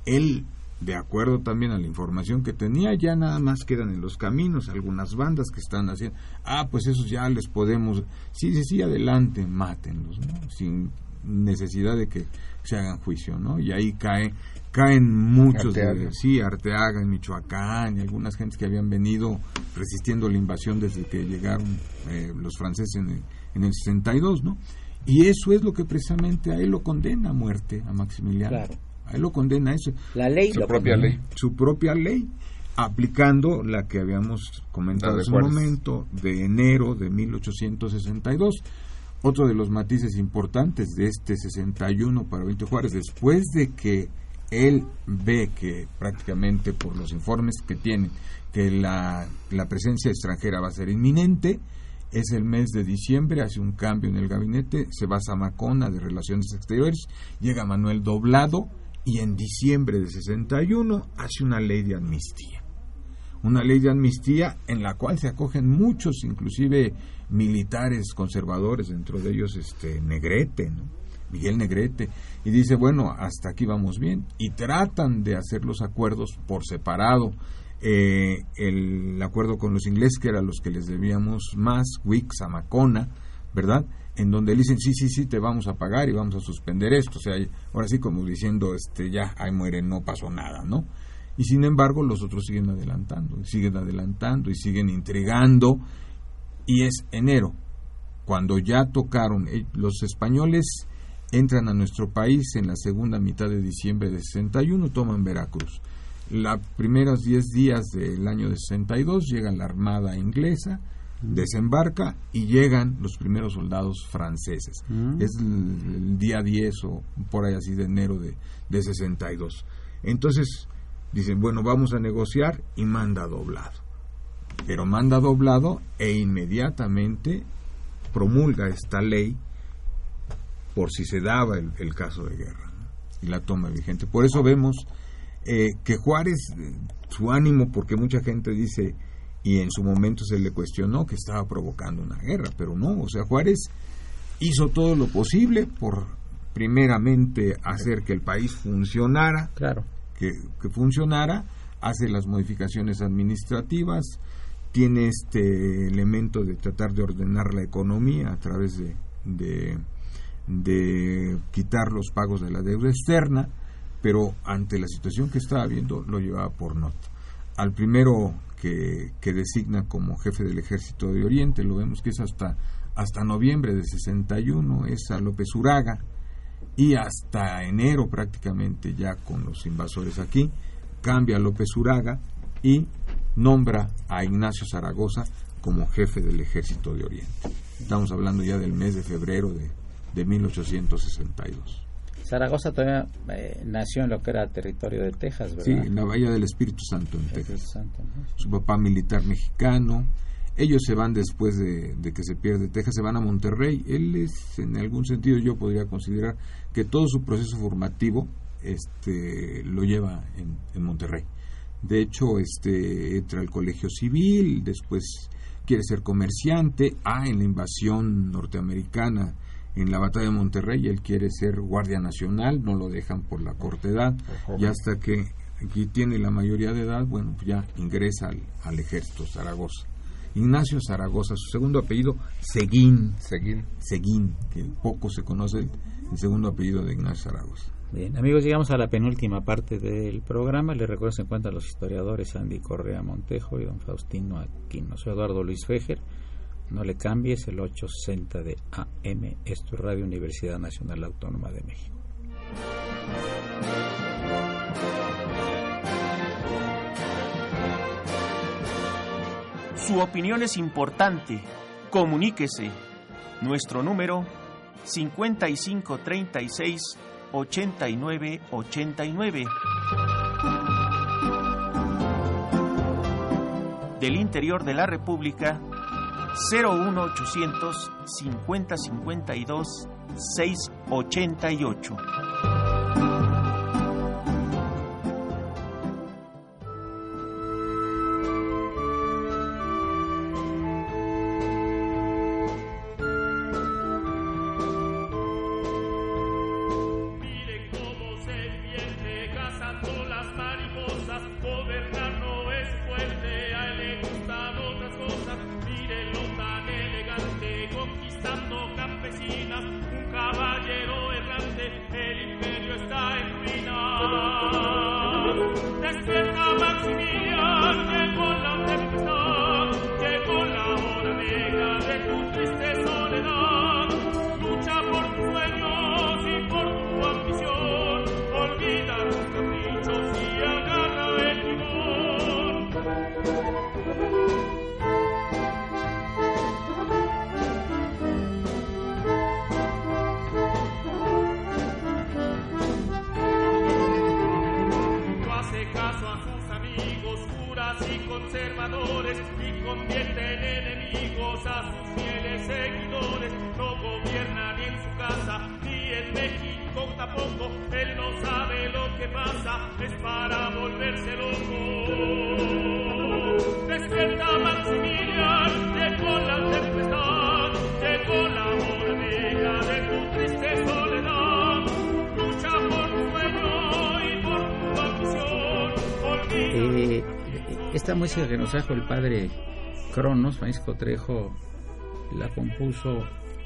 Él, de acuerdo también a la información que tenía, ya nada más quedan en los caminos algunas bandas que están haciendo, ah, pues esos ya les podemos, sí, sí, sí, adelante, mátenlos, ¿no? Sin necesidad de que se hagan juicio, ¿no? Y ahí cae, caen muchos, de, sí, Arteaga en Michoacán, y algunas gentes que habían venido resistiendo la invasión desde que llegaron eh, los franceses en el, en el sesenta y dos, ¿no? Y eso es lo que precisamente a él lo condena a muerte, a Maximiliano. Claro. A él lo condena eso. La ley, su lo propia condena. ley. Su propia ley, aplicando la que habíamos comentado en su momento, de enero de mil ochocientos sesenta y dos. Otro de los matices importantes de este sesenta y uno para Benito Juárez, después de que él ve que prácticamente por los informes que tiene, que la, la presencia extranjera va a ser inminente, es el mes de diciembre, hace un cambio en el gabinete, se va a Zamacona de Relaciones Exteriores, llega Manuel Doblado, y en diciembre de sesenta y uno hace una ley de amnistía. Una ley de amnistía en la cual se acogen muchos, inclusive militares conservadores, dentro de ellos este Negrete, ¿no? Miguel Negrete, y dice, bueno, hasta aquí vamos bien, y tratan de hacer los acuerdos por separado. Eh, el acuerdo con los ingleses, que eran los que les debíamos más, Wick, Zamacona, ¿verdad?, en donde dicen, sí, sí, sí, te vamos a pagar y vamos a suspender esto, o sea, ahora sí como diciendo, este ya, ahí muere, no pasó nada, ¿no? Y sin embargo los otros siguen adelantando, y siguen adelantando, y siguen intrigando, y es enero, cuando ya tocaron, eh, los españoles entran a nuestro país en la segunda mitad de diciembre de sesenta y uno, toman Veracruz. Los primeros diez días del año de sesenta y dos llega la armada inglesa, desembarca y llegan los primeros soldados franceses. Mm. Es el, el día diez o por ahí así de enero de, de sesenta y dos. Entonces dicen, bueno, vamos a negociar, y manda Doblado. Pero manda Doblado e inmediatamente promulga esta ley por si se daba el, el caso de guerra, ¿no? Y la toma vigente. Por eso vemos eh, que Juárez, su ánimo, porque mucha gente dice, y en su momento se le cuestionó que estaba provocando una guerra, pero no, o sea, Juárez hizo todo lo posible por primeramente hacer que el país funcionara, claro, que, que funcionara, hace las modificaciones administrativas, tiene este elemento de tratar de ordenar la economía a través de, de, de quitar los pagos de la deuda externa, pero ante la situación que estaba viendo lo llevaba por nota. Al primero que, que designa como jefe del Ejército de Oriente, lo vemos que es hasta, hasta noviembre de sesenta y uno, es a López Uraga, y hasta enero prácticamente ya con los invasores aquí, cambia a López Uraga y nombra a Ignacio Zaragoza como jefe del Ejército de Oriente. Estamos hablando ya del mes de febrero de, de mil ochocientos sesenta y dos. Zaragoza todavía eh, nació en lo que era territorio de Texas, ¿verdad? Sí, en la Bahía del Espíritu Santo, en Texas. Santo, ¿no? Su papá militar mexicano. Ellos se van después de, de que se pierde Texas, se van a Monterrey. Él es, en algún sentido, yo podría considerar que todo su proceso formativo este, lo lleva en, en Monterrey. De hecho, este, entra al colegio civil, después quiere ser comerciante. Ah, en la invasión norteamericana, en la batalla de Monterrey, él quiere ser guardia nacional, no lo dejan por la corta edad, y hasta que aquí tiene la mayoría de edad, bueno, pues ya ingresa al, al ejército, Zaragoza. Ignacio Zaragoza, su segundo apellido, Seguín. Seguín. Seguín, que poco se conoce el, el segundo apellido de Ignacio Zaragoza. Bien, amigos, llegamos a la penúltima parte del programa. Les recuerdo que se encuentran los historiadores Andy Correa Montejo y don Faustino Aquino. Soy Eduardo Luis Fejer. No le cambies, el ochocientos sesenta de A M, es tu radio Universidad Nacional Autónoma de México. Su opinión es importante. Comuníquese. Nuestro número cincuenta y cinco treinta y seis ochenta y nueve ochenta y nueve. Del interior de la República, cero uno ochocientos cincuenta cincuenta y dos seiscientos ochenta y ocho. Miren cómo se viene cazando conservadores y convierte en enemigos a sus fieles seguidores. No gobierna ni en su casa ni en México tampoco. Él no sabe lo que pasa, es para volverse loco. Despierta Maximilian, llegó la tempestad, llegó la hora negra de tu triste soledad. Lucha por tu sueño y por tu ambición. Olvida. Eh, esta música que nos trajo el padre Cronos, Francisco Trejo, la compuso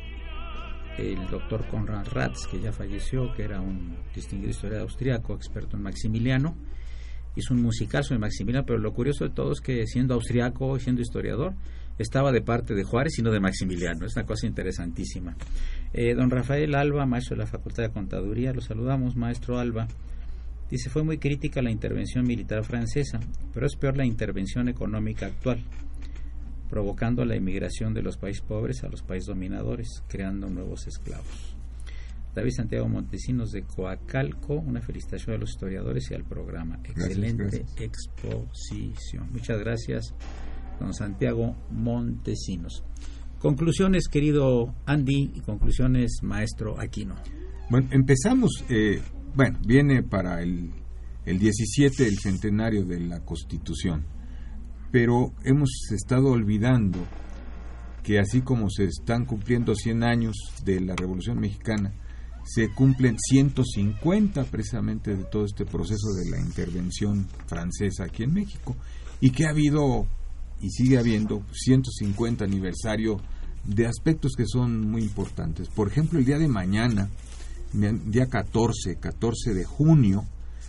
el doctor Konrad Ratz, que ya falleció, que era un distinguido historiador austriaco, experto en Maximiliano. Hizo un musicazo de Maximiliano, pero lo curioso de todo es que siendo austriaco y siendo historiador, estaba de parte de Juárez y no de Maximiliano. Es una cosa interesantísima. Eh, don Rafael Alba, maestro de la Facultad de Contaduría, lo saludamos, maestro Alba. Dice, fue muy crítica la intervención militar francesa, pero es peor la intervención económica actual, provocando la emigración de los países pobres a los países dominadores, creando nuevos esclavos. David Santiago Montesinos de Coacalco, una felicitación a los historiadores y al programa. Excelente gracias, gracias. Exposición. Muchas gracias, don Santiago Montesinos. Conclusiones, querido Andy, y conclusiones, maestro Aquino. Bueno, empezamos... Eh... Bueno, viene para el, el diecisiete el centenario de la Constitución, pero hemos estado olvidando que así como se están cumpliendo cien años de la Revolución Mexicana, se cumplen ciento cincuenta precisamente de todo este proceso de la intervención francesa aquí en México, y que ha habido y sigue habiendo ciento cincuenta aniversario de aspectos que son muy importantes. Por ejemplo, el día de mañana, día catorce, catorce de junio,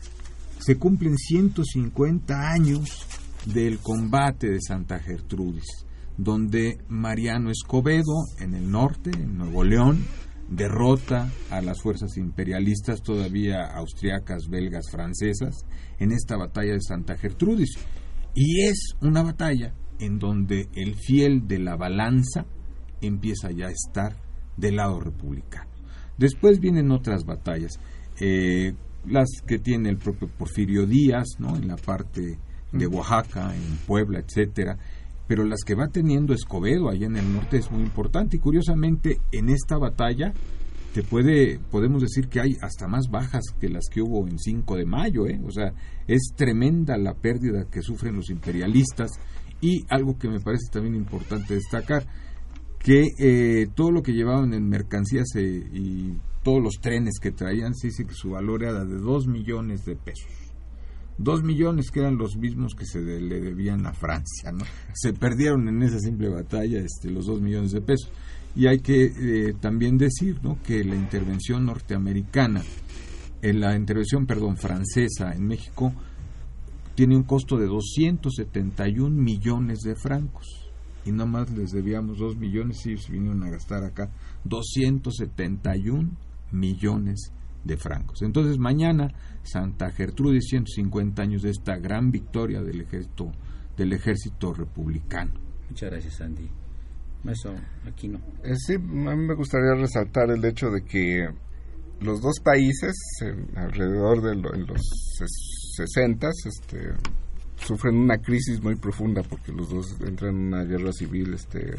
se cumplen ciento cincuenta años del combate de Santa Gertrudis, donde Mariano Escobedo, en el norte, en Nuevo León, derrota a las fuerzas imperialistas todavía austriacas, belgas, francesas, en esta batalla de Santa Gertrudis. Y es una batalla en donde el fiel de la balanza empieza ya a estar del lado republicano. Después vienen otras batallas, eh, las que tiene el propio Porfirio Díaz, ¿no?, en la parte de Oaxaca, en Puebla, etcétera, pero las que va teniendo Escobedo allá en el norte es muy importante, y curiosamente en esta batalla te puede, podemos decir que hay hasta más bajas que las que hubo en cinco de mayo, ¿eh? O sea, es tremenda la pérdida que sufren los imperialistas. Y algo que me parece también importante destacar, que eh, todo lo que llevaban en mercancías eh, y todos los trenes que traían, se dice que su valor era de dos millones de pesos. Dos millones que eran los mismos que se de, le debían a Francia, ¿no? Se perdieron en esa simple batalla este, los dos millones de pesos. Y hay que eh, también decir, ¿no?, que la intervención norteamericana, en la intervención, perdón, francesa en México, tiene un costo de doscientos setenta y un millones de francos. Y nada más les debíamos dos millones y se vinieron a gastar acá doscientos setenta y un millones de francos. Entonces mañana Santa Gertrudis, ciento cincuenta años de esta gran victoria del ejército del ejército republicano. Muchas gracias, Andy. Eso aquí no. Eh, sí, a mí me gustaría resaltar el hecho de que los dos países en, alrededor de lo, en los sesentas este sufren una crisis muy profunda porque los dos entran en una guerra civil, este,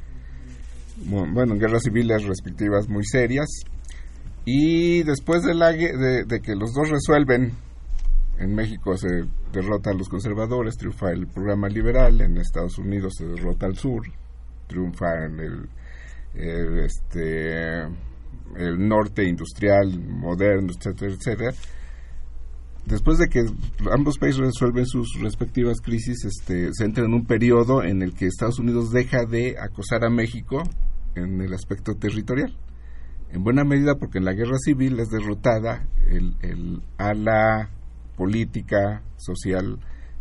bueno, guerras civiles respectivas muy serias, y después de, la, de, de que los dos resuelven, en México se derrota a los conservadores, triunfa el programa liberal, en Estados Unidos se derrota al sur, triunfa en el, el, este, el norte industrial, moderno, etcétera, etcétera. Después de que ambos países resuelven sus respectivas crisis, este, se entra en un periodo en el que Estados Unidos deja de acosar a México en el aspecto territorial. En buena medida porque en la guerra civil es derrotada el, el ala política, social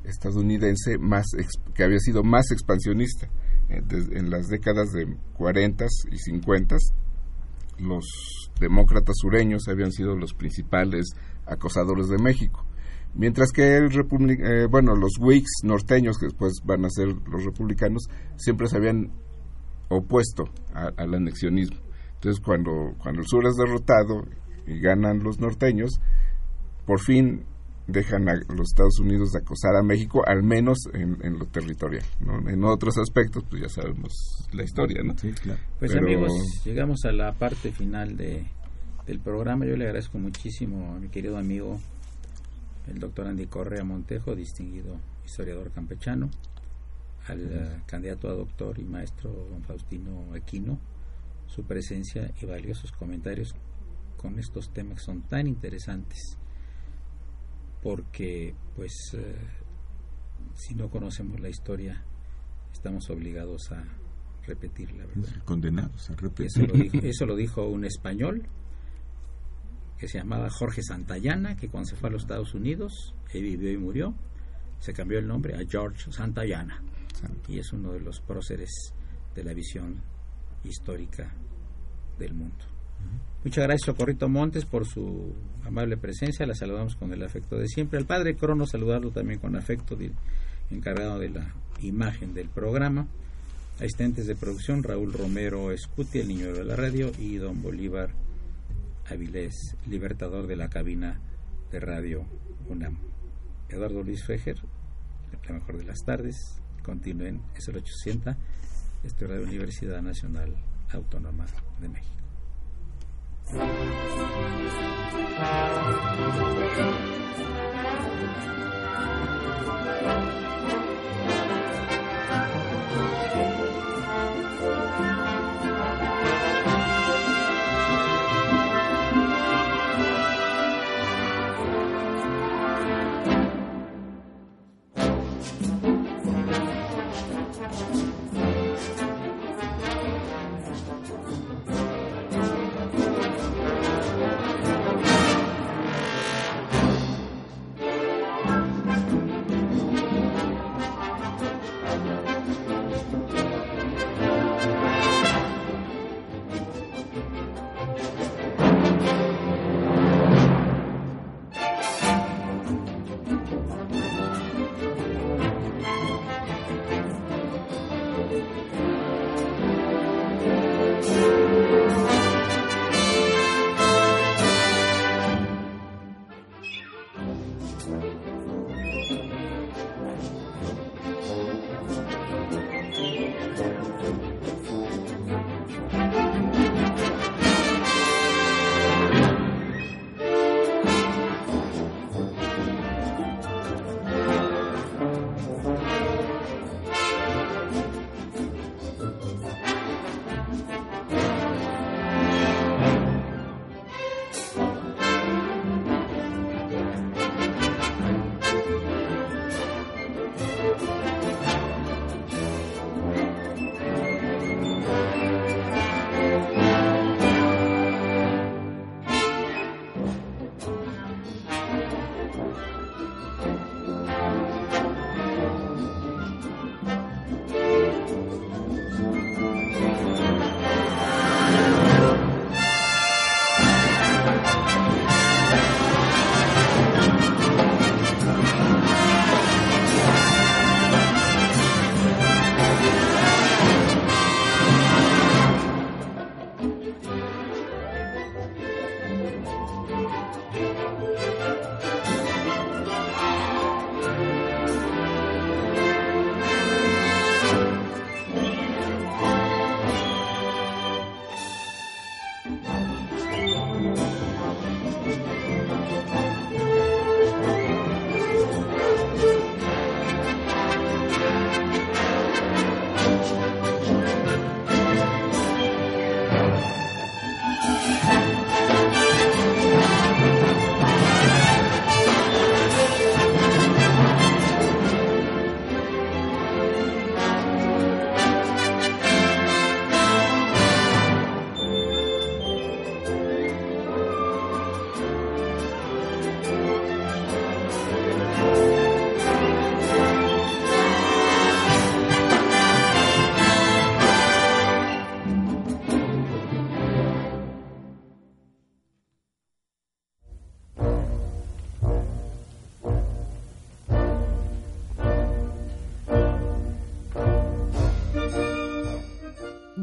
estadounidense más que había sido más expansionista. En las décadas de cuarenta y cincuenta, los demócratas sureños habían sido los principales acosadores de México, mientras que el republic, eh, bueno, los Whigs norteños, que después van a ser los republicanos, siempre se habían opuesto a, al anexionismo. Entonces, cuando, cuando el sur es derrotado y ganan los norteños, por fin dejan a los Estados Unidos de acosar a México, al menos en, en lo territorial, ¿no? En otros aspectos, pues ya sabemos la historia, ¿no? Sí, claro. Pues Pero... amigos, llegamos a la parte final de, del programa. Yo le agradezco muchísimo a mi querido amigo, el doctor Andy Correa Montejo, distinguido historiador campechano, al uh, candidato a doctor y maestro don Faustino Aquino, su presencia y valiosos comentarios con estos temas que son tan interesantes, porque pues eh, si no conocemos la historia estamos obligados a repetirla, ¿verdad? Condenados a repetir. Eso lo dijo, eso lo dijo un español que se llamaba Jorge Santayana, que cuando se fue a los Estados Unidos, él vivió y murió, se cambió el nombre a George Santayana. Santo. Y es uno de los próceres de la visión histórica del mundo. Muchas gracias, Socorrito Montes, por su amable presencia. La saludamos con el afecto de siempre. Al padre Crono, saludarlo también con afecto, del encargado de la imagen del programa. Asistentes de producción, Raúl Romero Escuti, el niño de la radio, y don Bolívar Avilés, libertador de la cabina de Radio UNAM. Eduardo Luis Fejer, la mejor de las tardes. Continúen, es el ochocientos, este Radio Universidad Nacional Autónoma de México.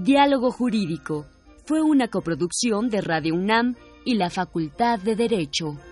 Diálogo Jurídico fue una coproducción de Radio UNAM y la Facultad de Derecho.